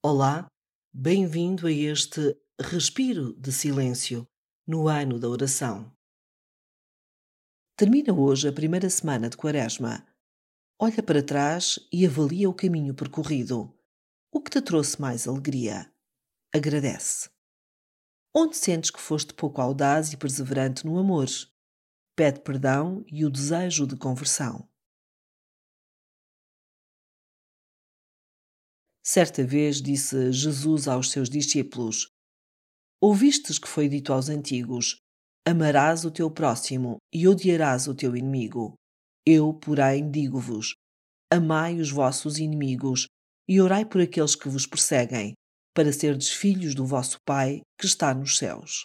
Olá, bem-vindo a este respiro de silêncio no ano da oração. Termina hoje a primeira semana de Quaresma. Olha para trás e avalia o caminho percorrido. O que te trouxe mais alegria? Agradece. Onde sentes que foste pouco audaz e perseverante no amor? Pede perdão e o desejo de conversão. Certa vez disse Jesus aos seus discípulos: Ouvistes que foi dito aos antigos: Amarás o teu próximo e odiarás o teu inimigo. Eu, porém, digo-vos: Amai os vossos inimigos e orai por aqueles que vos perseguem, para serdes filhos do vosso Pai que está nos céus.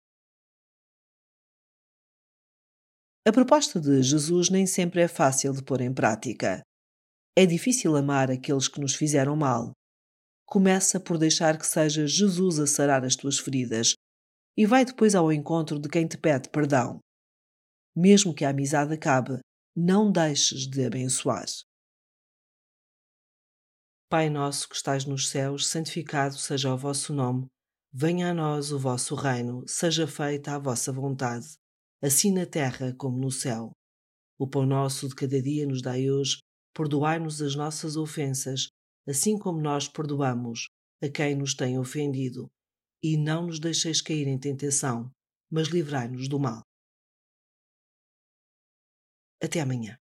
A proposta de Jesus nem sempre é fácil de pôr em prática. É difícil amar aqueles que nos fizeram mal. Começa por deixar que seja Jesus a sarar as tuas feridas e vai depois ao encontro de quem te pede perdão. Mesmo que a amizade acabe, não deixes de abençoar. Pai nosso que estais nos céus, santificado seja o vosso nome. Venha a nós o vosso reino, seja feita a vossa vontade, assim na terra como no céu. O pão nosso de cada dia nos dai hoje, perdoai-nos as nossas ofensas, assim como nós perdoamos a quem nos tem ofendido. E não nos deixeis cair em tentação, mas livrai-nos do mal. Até amanhã.